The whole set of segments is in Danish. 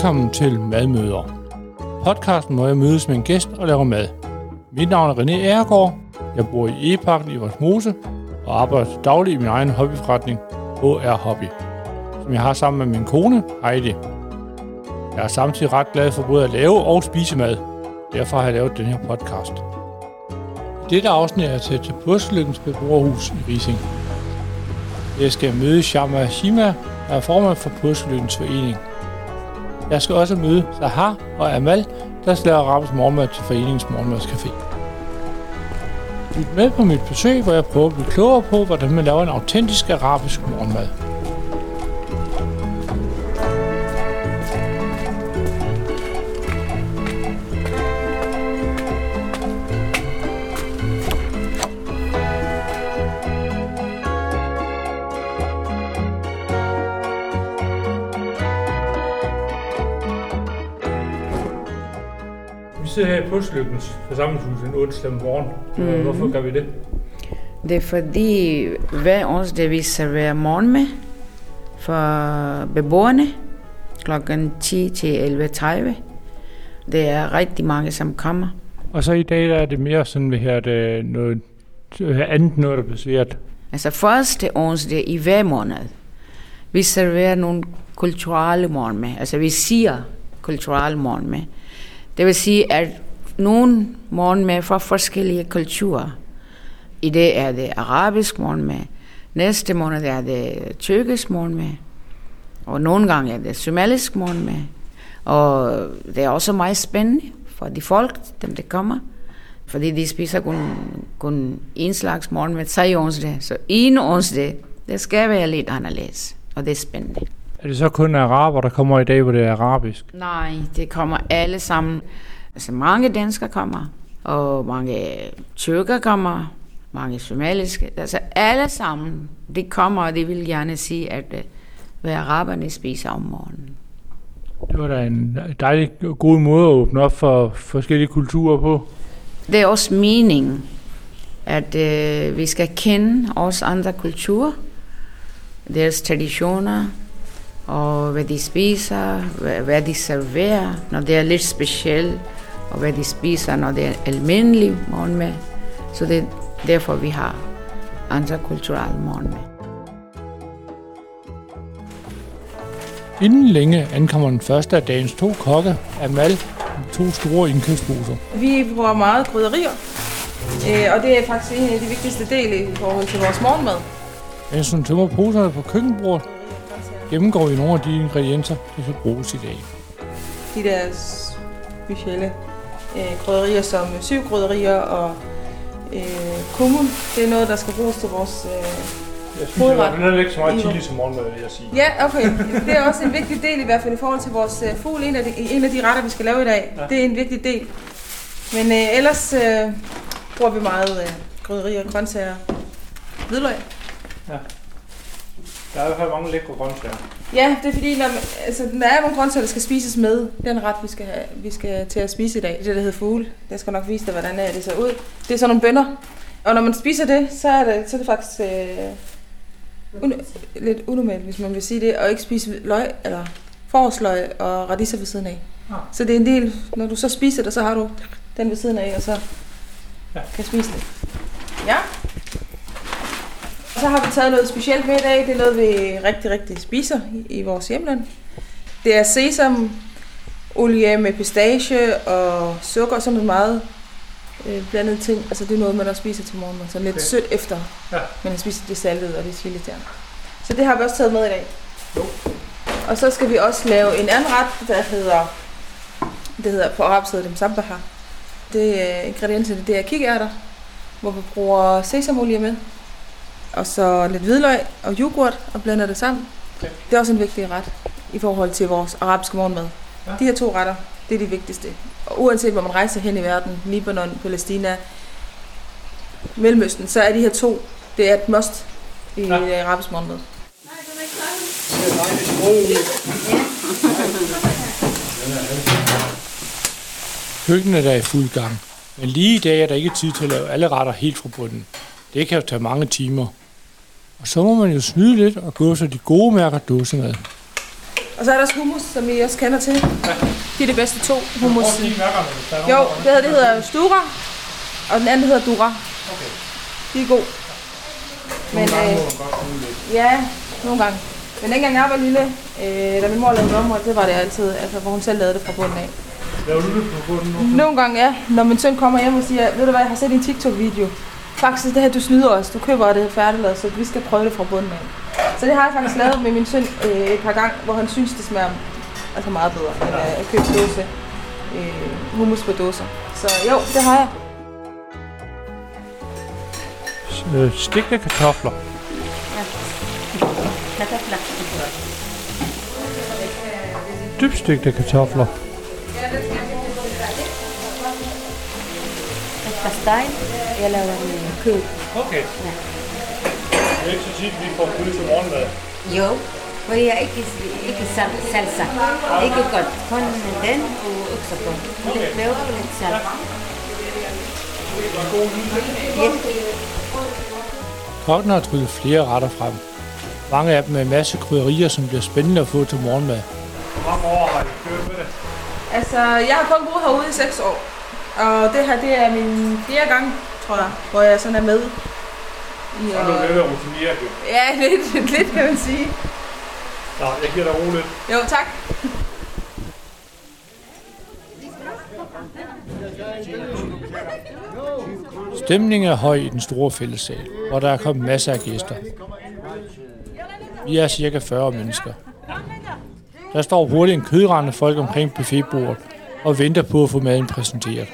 Velkommen til Madmøder. Podcasten, hvor jeg mødes med en gæst og laver mad. Mit navn er René Agergaard. Jeg bor i Egeparken i Vollsmose og arbejder til daglig i min egen hobbyforretning, HR Hobby, som jeg har sammen med min kone, Heidi. Jeg er samtidig ret glad for både at lave og spise mad. Derfor har jeg lavet den her podcast. I dette afsnit er jeg til Påskelykkens beboerhus i Rising. Jeg skal møde Shama Shima, der er formand for Påskelykkens forening. Jeg skal også møde Sahar og Amal, der skal lave arabisk morgenmad til foreningens morgenmadscafé. Lyt med på mit besøg, hvor jeg prøver at blive klogere på, hvordan man laver en autentisk arabisk morgenmad. Vi sidder her i Påskelykkens forsamlingshus en onsdag morgen. Hvorfor gør vi det? Det er fordi hver onsdag vi serverer morgenmad for beboerne klokken 10 til 11.30. Det er rigtig mange, som kommer. Og så i dag der er det mere sådan, vi har det noget andet noget, der bliver svært. Altså første onsdag i hver måned, vi serverer nogle kulturelle morgenmad. Altså vi siger kulturelle morgenmad. Det vil sige, at nogle morgenmad fra forskellige kulturer. I dag er det arabisk morgenmad. Næste måned er det tyrkisk morgenmad. Og nogle gange er det somalisk morgenmad. Og det er også meget spændende for de folk, dem der kommer. Fordi de spiser kun en slags morgenmad 3 onsdag. Så en onsdag, det skal være lidt anderledes. Og det er spændende. Er det så kun araber, der kommer i dag, hvor det er arabisk? Nej, det kommer alle sammen. Altså mange danskere kommer, og mange tyrker kommer, mange somaliske. Altså alle sammen, de kommer, og de vil gerne sige, at hvad araberne spiser om morgenen. Det var da en dejlig god måde at åbne op for forskellige kulturer på. Det er også meningen, at vi skal kende også andre kulturer, deres traditioner, og hvad de spiser, hvad de serverer, når det er lidt specielt, og hvad de spiser, når det er almindelig morgenmad. Så det er derfor, vi har andre kulturelle morgenmad. Inden længe ankommer den første af dagens 2 kokke, Amal, med 2 store indkøbsposer. Vi bruger meget krydderier, og det er faktisk en af de vigtigste dele i forhold til vores morgenmad. Mens hun tømmer poserne på køkkenbordet, gennemgår vi nogle af de ingredienser, der skal bruges i dag. De der specielle krydderier som syvkrydderier og kummin, det er noget, der skal bruges til vores hovedret. Det er ikke så meget chili som morgenmad, vil jeg sige. Ja, okay. Det er også en vigtig del i hvert fald i forhold til vores fugl. En af de retter, vi skal lave i dag, ja. Det er en vigtig del. Men ellers bruger vi meget krydderier, grøntsager, hvidløg. Ja. Der er i hvert fald mange lækre grøntsager. Ja, det er fordi, der er nogle grøntsager, der skal spises med den ret, vi skal til at spise i dag. Det der hedder fugle. Jeg skal nok vise dig, hvordan det ser ud. Det er sådan nogle bønner. Og når man spiser det, så er det faktisk lidt unormalt, hvis man vil sige det, og ikke spise løg eller forårsløg og radiser ved siden af. Ja. Så det er en del, når du så spiser det, så har du den ved siden af, og så kan spise det. Ja. Og så har vi taget noget specielt med i dag. Det er noget, vi rigtig, rigtig spiser i vores hjemland. Det er sesamolie med pistache og sukker og sådan noget meget blandet ting. Altså det er noget, man også spiser til morgenmad. Så lidt sødt efter, man har spist det saltede og det chilitern. Så det har vi også taget med i dag. Jo. Og så skal vi også lave en anden ret, der hedder på arabisk hedder det msambaha. Det ingredienserne, det er kikærter, hvor vi bruger sesamolie med. Og så lidt hvidløg og yoghurt og blander det sammen. Okay. Det er også en vigtig ret i forhold til vores arabiske morgenmad. Ja. De her 2 retter, det er de vigtigste. Og uanset hvor man rejser hen i verden, Libanon, Palæstina, Mellemøsten, så er de her 2, det er et must i arabisk morgenmad. Køkkenet er i fuld gang, men lige i dag er der ikke tid til at lave alle retter helt fra bunden. Det kan jo tage mange timer. Og så må man jo snyde lidt og gå så de gode mærker dåsemad. Og så er der også hummus, som I også kender til. Ja. De er de bedste 2 hummus. Hvor er de mærkerne, hvis der er Jo, nogen, det hedder Stura, og den anden hedder Dura. Okay. De er gode. Men Nogle gange må man godt bruge lidt. ja, nogle gange. Men dengang jeg var lille, da min mor lavede rommål, det var det altid, altså, hvor hun selv lavede det fra bunden af. Laver du det på bunden nu? Nogle gange, ja. Når min søn kommer hjem og siger, ved du hvad, jeg har set en TikTok-video. Faktisk, det her, du snyder os. Du køber det færdiglavet, så vi skal prøve det fra bunden af. Så det har jeg faktisk lavet med min søn et par gange, hvor han synes, det smager altså meget bedre, end at købe dåse hummus på dåser. Så jo, det har jeg. Stegte kartofler. Kartofler. Dybstegte kartofler. Pastej. Jeg laver med kød. Okay. Ja. Det er ikke så tit, vi får kød til morgenmad. Jo, for jeg ikke salsa. Ikke godt. Kun den og oksekød. Lidt peber og lidt salt. Ja. Kokken har tryllet flere retter frem. Mange af dem med en masse krydderier, som bliver spændende at få til morgenmad. Hvor mange år har I kørt med det? Altså, jeg har kun boet herude i 6 år. Og det her, det er min 4. gang, tror jeg, hvor jeg sådan er med. Så er du lidt rutineret, jo. Ja, lidt kan man sige. Nå, jeg giver dig roligt. Jo, tak. Stemningen er høj i den store fællessal, hvor der er kommet masser af gæster. Vi er cirka 40 mennesker. Der står hurtigt en kødrende folk omkring buffetbordet og venter på at få maden præsenteret.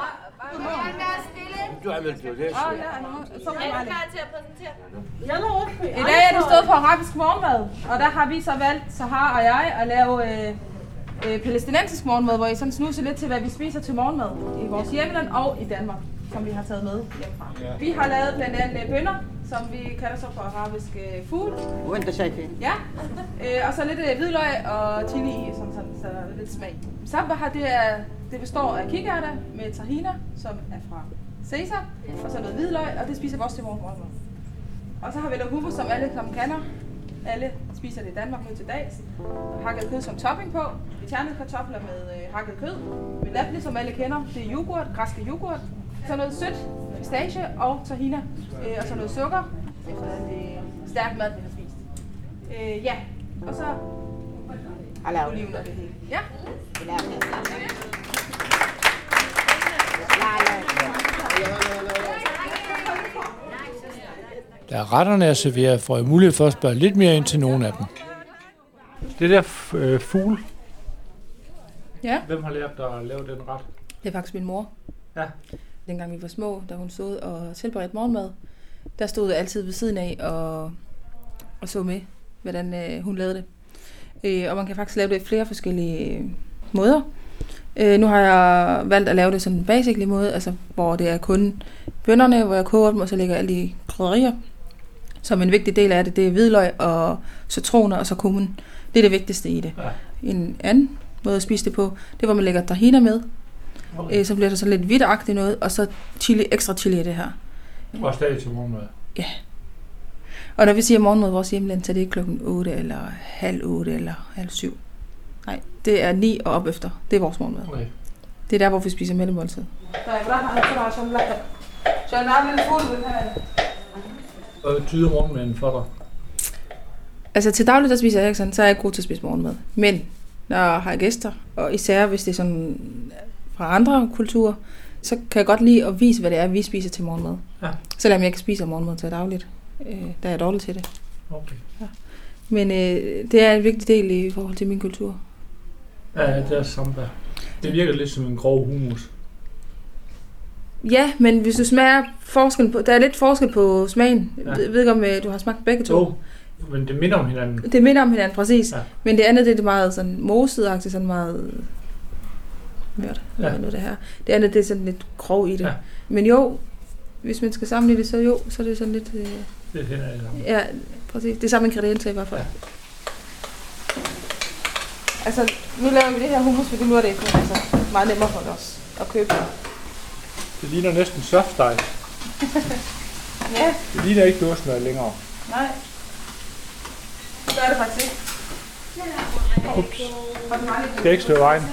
I dag er det stået for arabisk morgenmad, og der har vi så valgt, Sahar og jeg, at lave palæstinensisk morgenmad, hvor I sådan snuser lidt til, hvad vi spiser til morgenmad i vores hjemland og i Danmark, som vi har taget med hjemmefra. Vi har lavet blandt andet bønner, som vi kalder så for arabisk fugl. Ja, og så lidt hvidløg og chili i, så lidt smag. Samba her, det består af kikærter med tahina, som er fra Caesar, og så noget hvidløg, og det spiser vi også til morgenmad. Og så har vi lavet hummus, som alle sammen kender. Alle spiser det i Danmark nu til dags. Hakket kød som topping på. Ternede kartofler med hakket kød. Velapli, som alle kender. Det er yoghurt, græske yoghurt. Så noget sødt, pistache og tahina. Og så noget sukker. Efter det stærk mad, vi har spist. Ja, og så oliven og det hele. Ja. Da retterne er serveret, får jeg mulighed for at spørge lidt mere ind til nogle af dem. Det der fugle. Ja. Hvem har lært dig at lave den ret? Det er faktisk min mor. Ja. Dengang vi var små, da hun stod og tilberedte morgenmad, der stod jeg altid ved siden af og så med, hvordan hun lavede det. Og man kan faktisk lave det i flere forskellige måder. Nu har jeg valgt at lave det sådan en basically måde, altså hvor det er kun bønnerne, hvor jeg koger dem, og så lægger alle de krydderier. Som en vigtig del af det, det er hvidløg og citroner og så kummen. Det er det vigtigste i det. Ja. En anden måde at spise det på, det er, hvor man lægger tahina med. Okay. Så bliver der så lidt hvidtagtigt noget, og så ekstra chili i det her. Og stadig til morgenmad? Ja. Og når vi siger morgenmad i vores hjemland, så er det ikke klokken 8 eller halv 8 eller halv 7. Nej, det er 9 og op efter. Det er vores morgenmad. Okay. Det er der, hvor vi spiser mellemmåltid. Hvad betyder morgenmaden for dig? Altså til dagligt, der spiser jeg ikke sådan, så er jeg ikke god til at spise morgenmad. Men når jeg har gæster, og især hvis det er sådan fra andre kulturer, så kan jeg godt lide at vise, hvad det er, vi spiser til morgenmad. Ja. Selvom jeg ikke spiser morgenmad til dagligt, der er jeg dårlig til det. Okay. Ja. Men det er en vigtig del i forhold til min kultur. Ja, det er samba. Det virker lidt som en grov hummus. Ja, men hvis du smager forskel på, der er lidt forskel på smagen. Ja. Jeg ved ikke, om du har smagt begge to. Jo, men det minder om hinanden. Det minder om hinanden, præcis. Ja. Men det andet, det er meget sådan moset-agtigt, sådan meget mørt. Ja. Det her. Det andet, det er sådan lidt grov i det. Ja. Men jo, hvis man skal sammenligne det, så jo, så er det sådan lidt... Det hænder i sammen. Ja, præcis. Det er samme ingredienser i hvert fald. Ja. Altså, nu laver vi det her hummus, fordi nu er det altså meget nemmere for os at købe. Det ligner næsten surfstyle. Ja. Det ligner ikke dåsemad længere. Nej. Det gør det faktisk ikke. Ups. Skal ikke stå i vejen.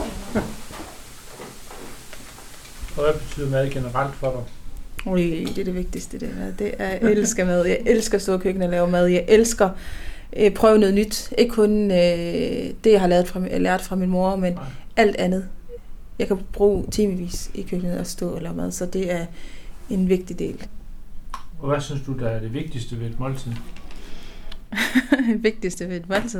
Og hvad betyder mad generelt for dig? Det er det vigtigste, det her. Jeg elsker mad. Jeg elsker at stå i køkkenet og lave mad. Jeg elsker prøve noget nyt. Ikke kun det, jeg har lært fra min mor, men alt andet. Jeg kan bruge timevis i køkkenet og stå og lave mad, så det er en vigtig del. Og hvad synes du, der er det vigtigste ved et måltid? Det vigtigste ved et måltid?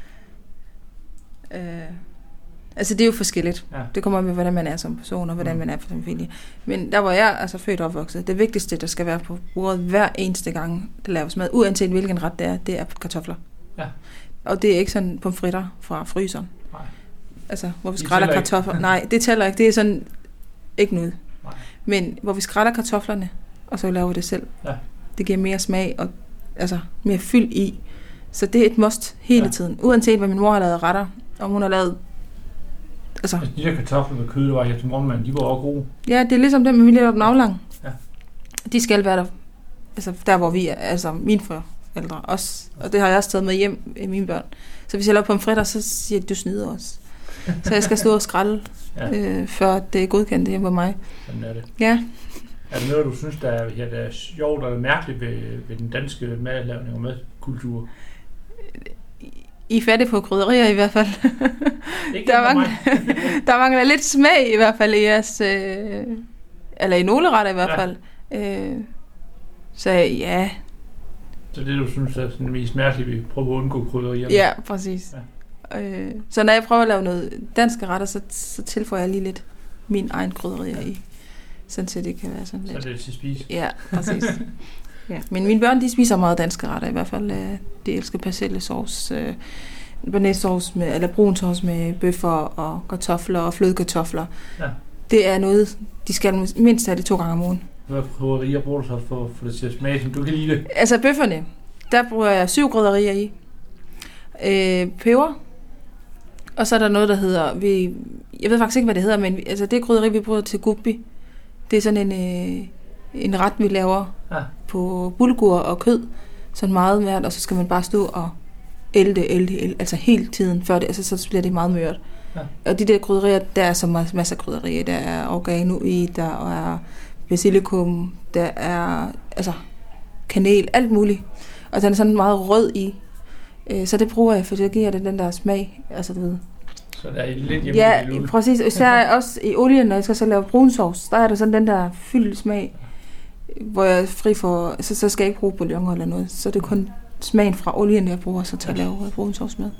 Altså det er jo forskelligt. Ja. Det kommer med, hvordan man er som person, og hvordan man er for sin familie. Men der hvor jeg er født og opvokset, det vigtigste, der skal være på bordet hver eneste gang, der laves mad, uanset hvilken ret det er kartofler. Ja. Og det er ikke sådan pomfritter fra fryseren. Nej. Altså, hvor vi skræller kartofler. Nej, det tæller ikke. Det er sådan ikke noget. Nej. Men hvor vi skræller kartoflerne, og så laver vi det selv. Ja. Det giver mere smag og mere fyld i. Så det er et must hele tiden. Uanset hvad min mor har lavet retter, om hun har lavet de der kartofler med kød, der var her til morgenmad, de var også gode. Ja, det er ligesom dem, men vi laver dem aflang. Ja. De skal være der, der hvor vi er, mine forældre også. Og det har jeg også taget med hjem i mine børn. Så hvis jeg laver pomfritter, så siger de, du snyder os. Så jeg skal stå og skrælle, før det er godkendt hjemme på mig. Sådan er det. Ja. Er det noget, du synes, der er sjovt eller mærkeligt ved den danske madlavning og madkultur? I er fattige på krydderier i hvert fald. Der mangler lidt smag i hvert fald i jeres, eller i nogle retter i hvert fald. Så ja. Så det du synes er sådan mest mærkeligt, vi prøver at undgå krydderier? Ja, præcis. Ja. Så når jeg prøver at lave noget danske retter, så tilføjer jeg lige lidt min egen krydderier i. Sådan så det kan være sådan lidt. Så det er til spise? Ja, præcis. Ja. Men mine børn, de spiser meget danske retter i hvert fald. De elsker persillesauce, bearnaisesauce eller brun sauce med bøffer og kartofler og flødekartofler. Ja. Det er noget, de skal mindst have det 2 gange om ugen. Hvad krydderier bruger du så for det til at smage, som du kan lide det? Altså bøfferne, der bruger jeg 7 krydderier i. Peber. Og så er der noget, der hedder, jeg ved faktisk ikke, hvad det hedder, men det krydderi, vi bruger til gubbi. Det er sådan en ret, vi laver på bulgur og kød, sådan meget mært, og så skal man bare stå og ælte, altså hele tiden, før det, så bliver det meget mørt. Ja. Og de der krydderier, der er så masser af krydderier, der er oregano i, der er basilikum, der er kanel, alt muligt. Og den er sådan meget rød i. Så det bruger jeg, for det giver det den der smag, du ved. Så der er lidt hjemme. Ja, præcis. Især også i olien, når jeg skal så lave brunsauce, der er der sådan den der fyldt smag, hvor jeg er fri for, så skal jeg ikke bruge bouillon eller noget. Så det er kun smagen fra olien, jeg bruger så til at lave brunsauce med.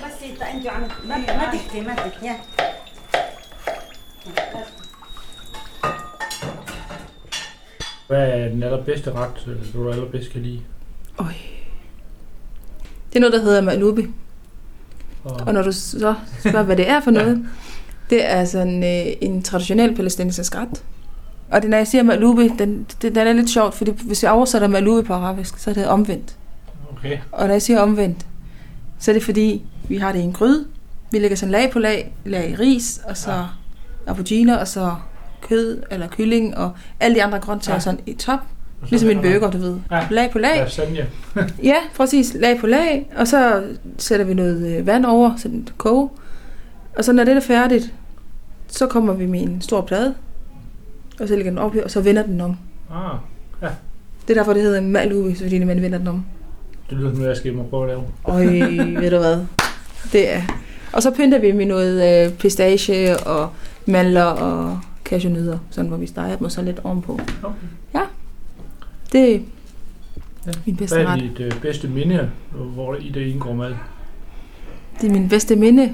Hvad er den allerbedste ret, du allerbedst kan lide? Det er noget, der hedder malubi. Og når du så spørger, hvad det er for noget, det er sådan en traditionel palæstinensisk ret. Og det, når jeg siger malubi, den er lidt sjovt, fordi hvis jeg oversætter malubi på arabisk, så er det omvendt. Okay. Og når jeg siger omvendt, så er det fordi, vi har det i en gryde. Vi lægger sådan lag på lag i ris, og så auberginer, og så kød eller kylling, og alle de andre grøntsager sådan i top. Ligesom en burger, du ved. Ja. Lag på lag. Ja, præcis. Lag på lag. Og så sætter vi noget vand over, så den koger. Og så når det er færdigt, så kommer vi med en stor plade. Og så lægger den op, og så vender den om. Ja. Det er derfor, det hedder malubi, fordi man vender den om. Det lyder som noget, jeg skal prøve at lave. Ved du hvad? Det er. Og så pynter vi med noget pistache og mandler og cashewnødder, sådan hvor vi steger dem og så lidt ovenpå. Okay. Ja. Det er min bedste ret. Hvad er dit bedste minde, hvor i det indgår mad? Det er min bedste minde.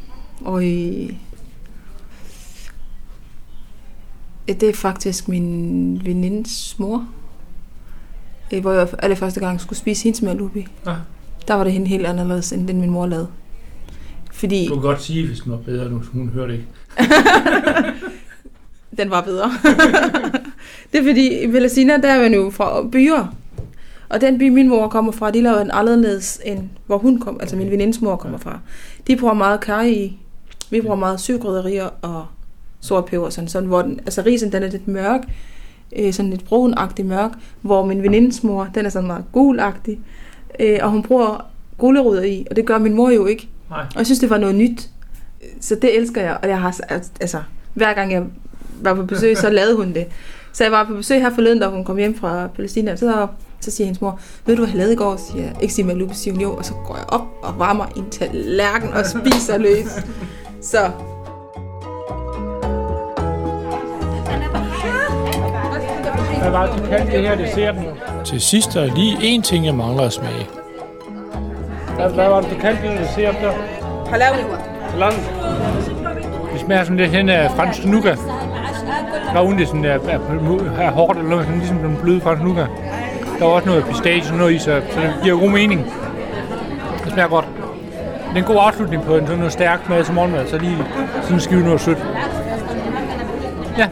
Det er faktisk min venindes mor. Hvor jeg allerførste gang skulle spise hendes malubi. Ja. Der var det helt anderledes, end den min mor lavede. Fordi... Du kan godt sige, hvis den var bedre nu, hun hører det ikke. Den var bedre. Det er fordi, i Palæstina, der er man jo fra byer. Og den by, min mor kommer fra, de laver en anderledes, end hvor hun kom, altså min venindes mor kommer fra. De bruger meget karry i. Vi bruger meget sylkrydderier og sort peber, sådan, hvor den, altså risen, den er lidt mørk, sådan lidt brunagtig mørk, hvor min venindes mor, den er sådan meget gulagtig, og hun bruger gulerødder i, og det gør min mor jo ikke. Nej. Og jeg synes, det var noget nyt. Så det elsker jeg, og jeg har, altså, hver gang jeg var på besøg, så lavede hun det. Så jeg var på besøg her forleden, da hun kom hjem fra Palæstina, så siger hendes mor, ved du, hvad jeg lavede i går? Så siger jeg, ikke sige Malou, siger hun jo, og så går jeg op og varmer en tallerken og spiser løs. Så... Hvad var det, du kaldte det her desserten? Til sidst er lige én ting, jeg mangler at smage. Hvad var det, du kaldte det dessert der? Halawi. Det smager sådan lidt hen af fransk nougat. Der er uden det sådan er hårdt, eller noget, sådan ligesom den bløde fransk nougat. Der er også noget pistache og noget i, så det giver god mening. Det smager godt. Det er en god afslutning på en sådan noget stærk mad som morgenmad, så lige sådan en skive noget sødt. Ja.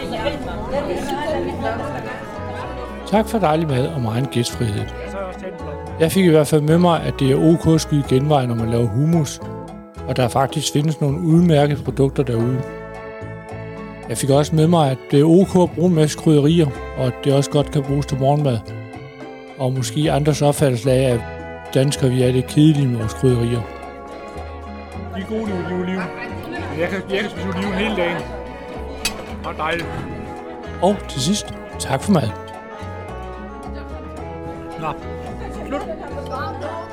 Tak for dejlig mad og meget gæstfrihed. Jeg fik i hvert fald med mig, at det er ok at skyde genvej, når man laver hummus, og der faktisk findes nogle udmærkede produkter derude. Jeg fik også med mig, at det er ok at bruge en masse krydderier, og at det også godt kan bruges til morgenmad. Og måske andres opfattelse af, at danskere vi er det kedelige med vores krydderier. De er gode i oliven. Jeg kan spise oliven hele dagen. Og dejligt. Og til sidst, tak for mad. Nå. Slut.